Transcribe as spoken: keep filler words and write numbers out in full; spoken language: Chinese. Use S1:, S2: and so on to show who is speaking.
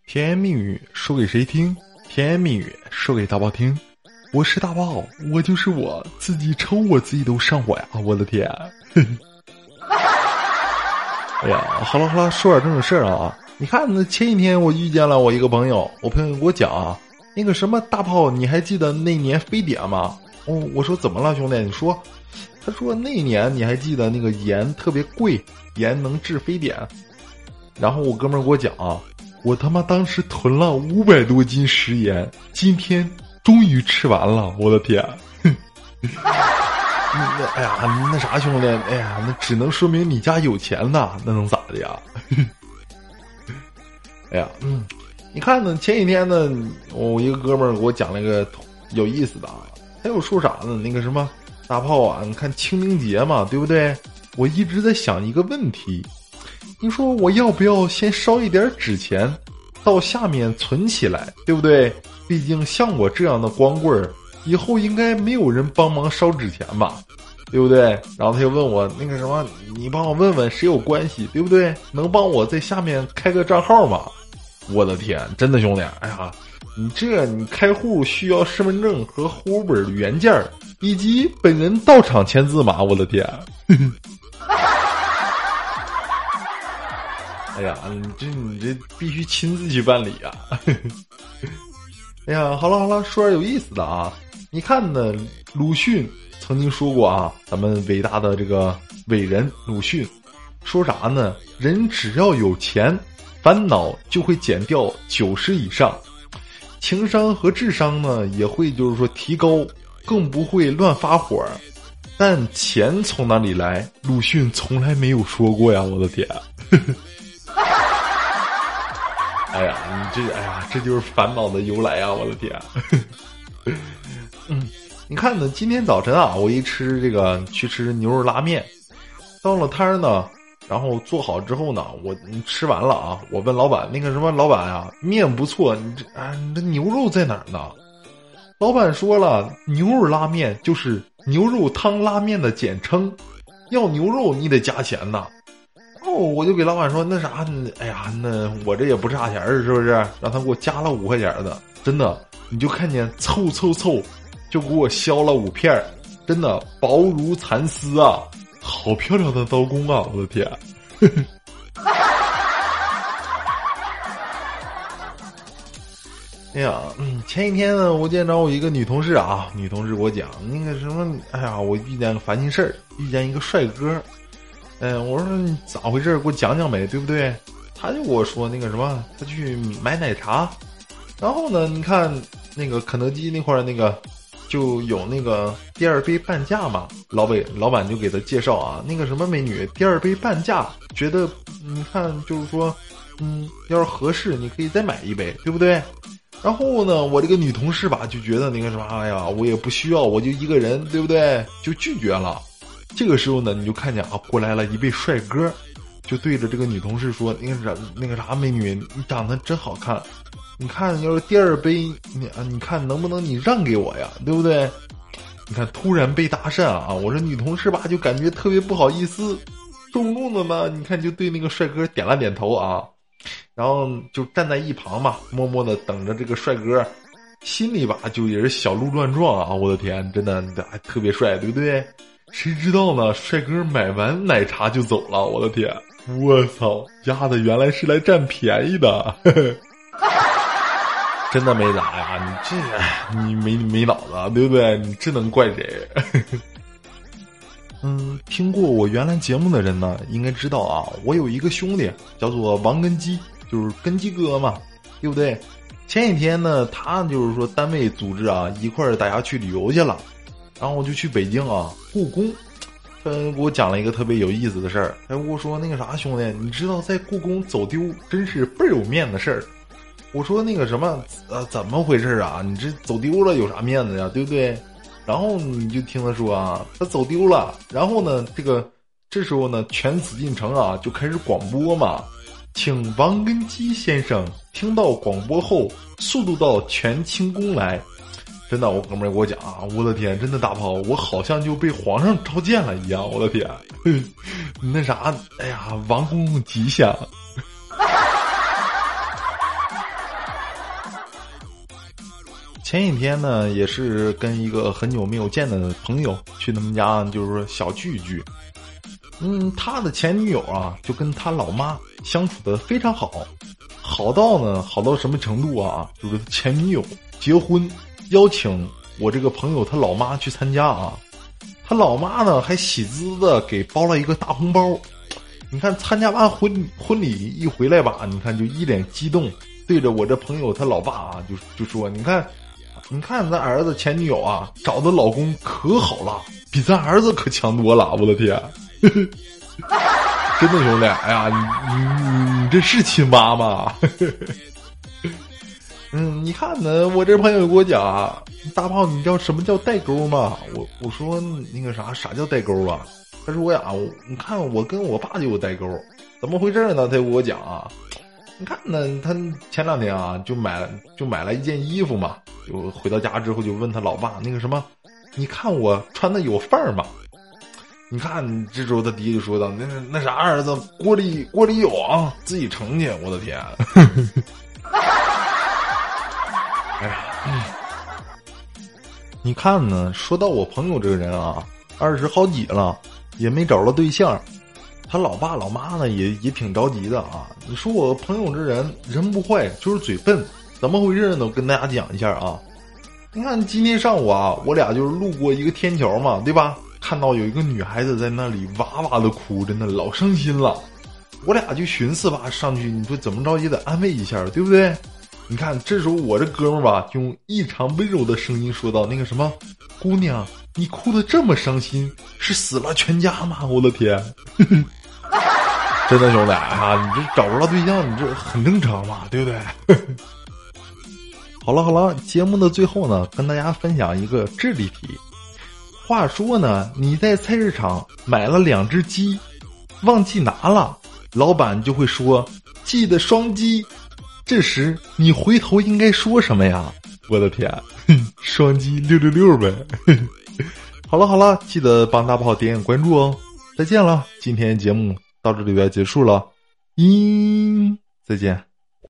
S1: 甜言蜜语说给谁听？甜言蜜语说给大宝听。我是大宝，我就是我，自己抽我自己都上火呀！我的天！哎呀，好了好了，说点正经事儿啊！你看，那前几天我遇见了我一个朋友，我朋友给我讲啊，那个什么大炮，你还记得那年非典吗？哦，我说怎么了，兄弟？你说，他说那年你还记得那个盐特别贵，盐能治非典。然后我哥们儿给我讲啊，我他妈当时囤了五百多斤食盐，今天终于吃完了，我的天！那哎呀，那啥兄弟，哎呀，那只能说明你家有钱呐，那能咋的呀？哎呀，嗯，你看呢，前几天呢，我一个哥们儿给我讲了一个有意思的啊，他又说啥呢？那个什么大炮啊，你看清明节嘛，对不对？我一直在想一个问题，你说我要不要先烧一点纸钱，到下面存起来，对不对？毕竟像我这样的光棍儿，以后应该没有人帮忙烧纸钱吧，对不对？然后他就问我那个什么，你帮我问问谁有关系，对不对？能帮我在下面开个账号吗？我的天，真的兄弟，哎呀，你这你开户需要身份证和户口本原件以及本人到场签字码，我的天！哎呀，你这你这必须亲自去办理啊！哎呀，好了好了，说点有意思的啊！你看呢，鲁迅曾经说过啊，咱们伟大的这个伟人鲁迅说啥呢？人只要有钱，烦恼就会减掉九十以上，情商和智商呢也会就是说提高，更不会乱发火。但钱从哪里来？鲁迅从来没有说过呀！我的天！哎呀，你这哎呀，这就是烦恼的由来啊！我的天！嗯，你看呢？今天早晨啊，我一吃这个去吃牛肉拉面，到了摊儿呢，然后做好之后呢，我吃完了啊，我问老板那个什么老板呀，面不错，你这啊，你这牛肉在哪儿呢？老板说了，牛肉拉面就是牛肉汤拉面的简称，要牛肉你得加钱呐。哦，我就给老板说那啥，哎呀，那我这也不差钱儿，是不是？让他给我加了五块钱的，真的，你就看见凑凑凑，就给我削了五片儿，真的薄如蚕丝啊，好漂亮的刀工啊！我的天！哎呀，嗯，前几天呢，我见着我一个女同事啊，女同事给我讲那个什么，哎呀，我遇见个烦心事儿，遇见一个帅哥。嗯，我说你咋回事？给我讲讲呗，对不对？他就跟我说那个什么，他去买奶茶，然后呢，你看那个肯德基那块儿那个就有那个第二杯半价嘛，老板老板就给他介绍啊，那个什么美女，第二杯半价，觉得你看就是说，嗯，要是合适，你可以再买一杯，对不对？然后呢，我这个女同事吧就觉得那个什么，哎呀，我也不需要，我就一个人，对不对？就拒绝了。这个时候呢，你就看见啊，过来了一位帅哥，就对着这个女同事说：“那个啥，那个啥，美女，你长得真好看，你看要是第二杯，你啊，你看能不能你让给我呀，对不对？”你看突然被搭讪啊，我说女同事吧，就感觉特别不好意思，重重的呢，你看就对那个帅哥点了点头啊，然后就站在一旁嘛，默默的等着这个帅哥，心里吧就也是小鹿乱撞啊，我的天，真的还特别帅，对不对？谁知道呢？帅哥买完奶茶就走了，我的天！我操，丫的原来是来占便宜的，真的没咋呀！你这你没没脑子，对不对？你这能怪谁？嗯，听过我原来节目的人呢，应该知道啊，我有一个兄弟叫做王根基，就是根基哥嘛，对不对？前几天呢，他就是说单位组织啊，一块儿大家去旅游去了。然后我就去北京啊，故宫，他给我讲了一个特别有意思的事儿。他跟我说那个啥兄弟，你知道在故宫走丢真是倍儿有面的事儿。我说那个什么呃怎么回事啊？你这走丢了有啥面子呀，对不对？然后你就听他说啊，他走丢了，然后呢这个这时候呢全紫禁城啊就开始广播嘛，请王根基先生听到广播后速度到乾清宫来。真的，我哥们儿给我讲啊，我的天，真的大炮，我好像就被皇上召见了一样，我的天，那啥，哎呀，王公公吉祥。 前几天呢，也是跟一个很久没有见的朋友去他们家，就是说小聚一聚。嗯，他的前女友啊，就跟他老妈相处的非常好，好到呢，好到什么程度啊？就是前女友结婚邀请我这个朋友他老妈去参加啊，他老妈呢还喜滋的给包了一个大红包。你看参加完婚婚礼一回来吧，你看就一脸激动，对着我这朋友他老爸啊，就就说，你看，你看咱儿子前女友啊，找的老公可好了，比咱儿子可强多了，我的天！真的兄弟，哎呀，你你你这是亲妈吗？嗯，你看呢，我这朋友给我讲，大炮，你知道什么叫代沟吗？我我说那个啥啥叫代沟啊？他说呀，我你看我跟我爸就有代沟，怎么回事呢？他给我讲啊，你看呢，他前两天啊就买就买了一件衣服嘛，就回到家之后就问他老爸那个什么，你看我穿的有范儿吗？你看这时候他爹就说道，那那啥儿子锅里锅里有啊，自己盛去，我的天！哎呀，嗯，你看呢？说到我朋友这个人啊，二十好几了，也没找着对象，他老爸老妈呢也也挺着急的啊。你说我朋友这人人不坏，就是嘴笨，怎么回事呢？我跟大家讲一下啊。你看今天上午啊，我俩就是路过一个天桥嘛，对吧？看到有一个女孩子在那里哇哇的哭，真的老伤心了。我俩就寻思吧，上去你说怎么着也得安慰一下，对不对？你看这时候我这哥们儿吧，用异常温柔的声音说道：“那个什么，姑娘，你哭得这么伤心，是死了全家吗？我的天！”真的兄弟啊，你这找不着对象，你这很正常嘛，对不对？好了好了，节目的最后呢，跟大家分享一个智力题。话说呢，你在菜市场买了两只鸡，忘记拿了，老板就会说记得双击。这时你回头应该说什么呀？我的天，双击六六六呗。好了好了，记得帮大炮点点关注哦。再见了，今天节目到这里要结束了，嗯，再见。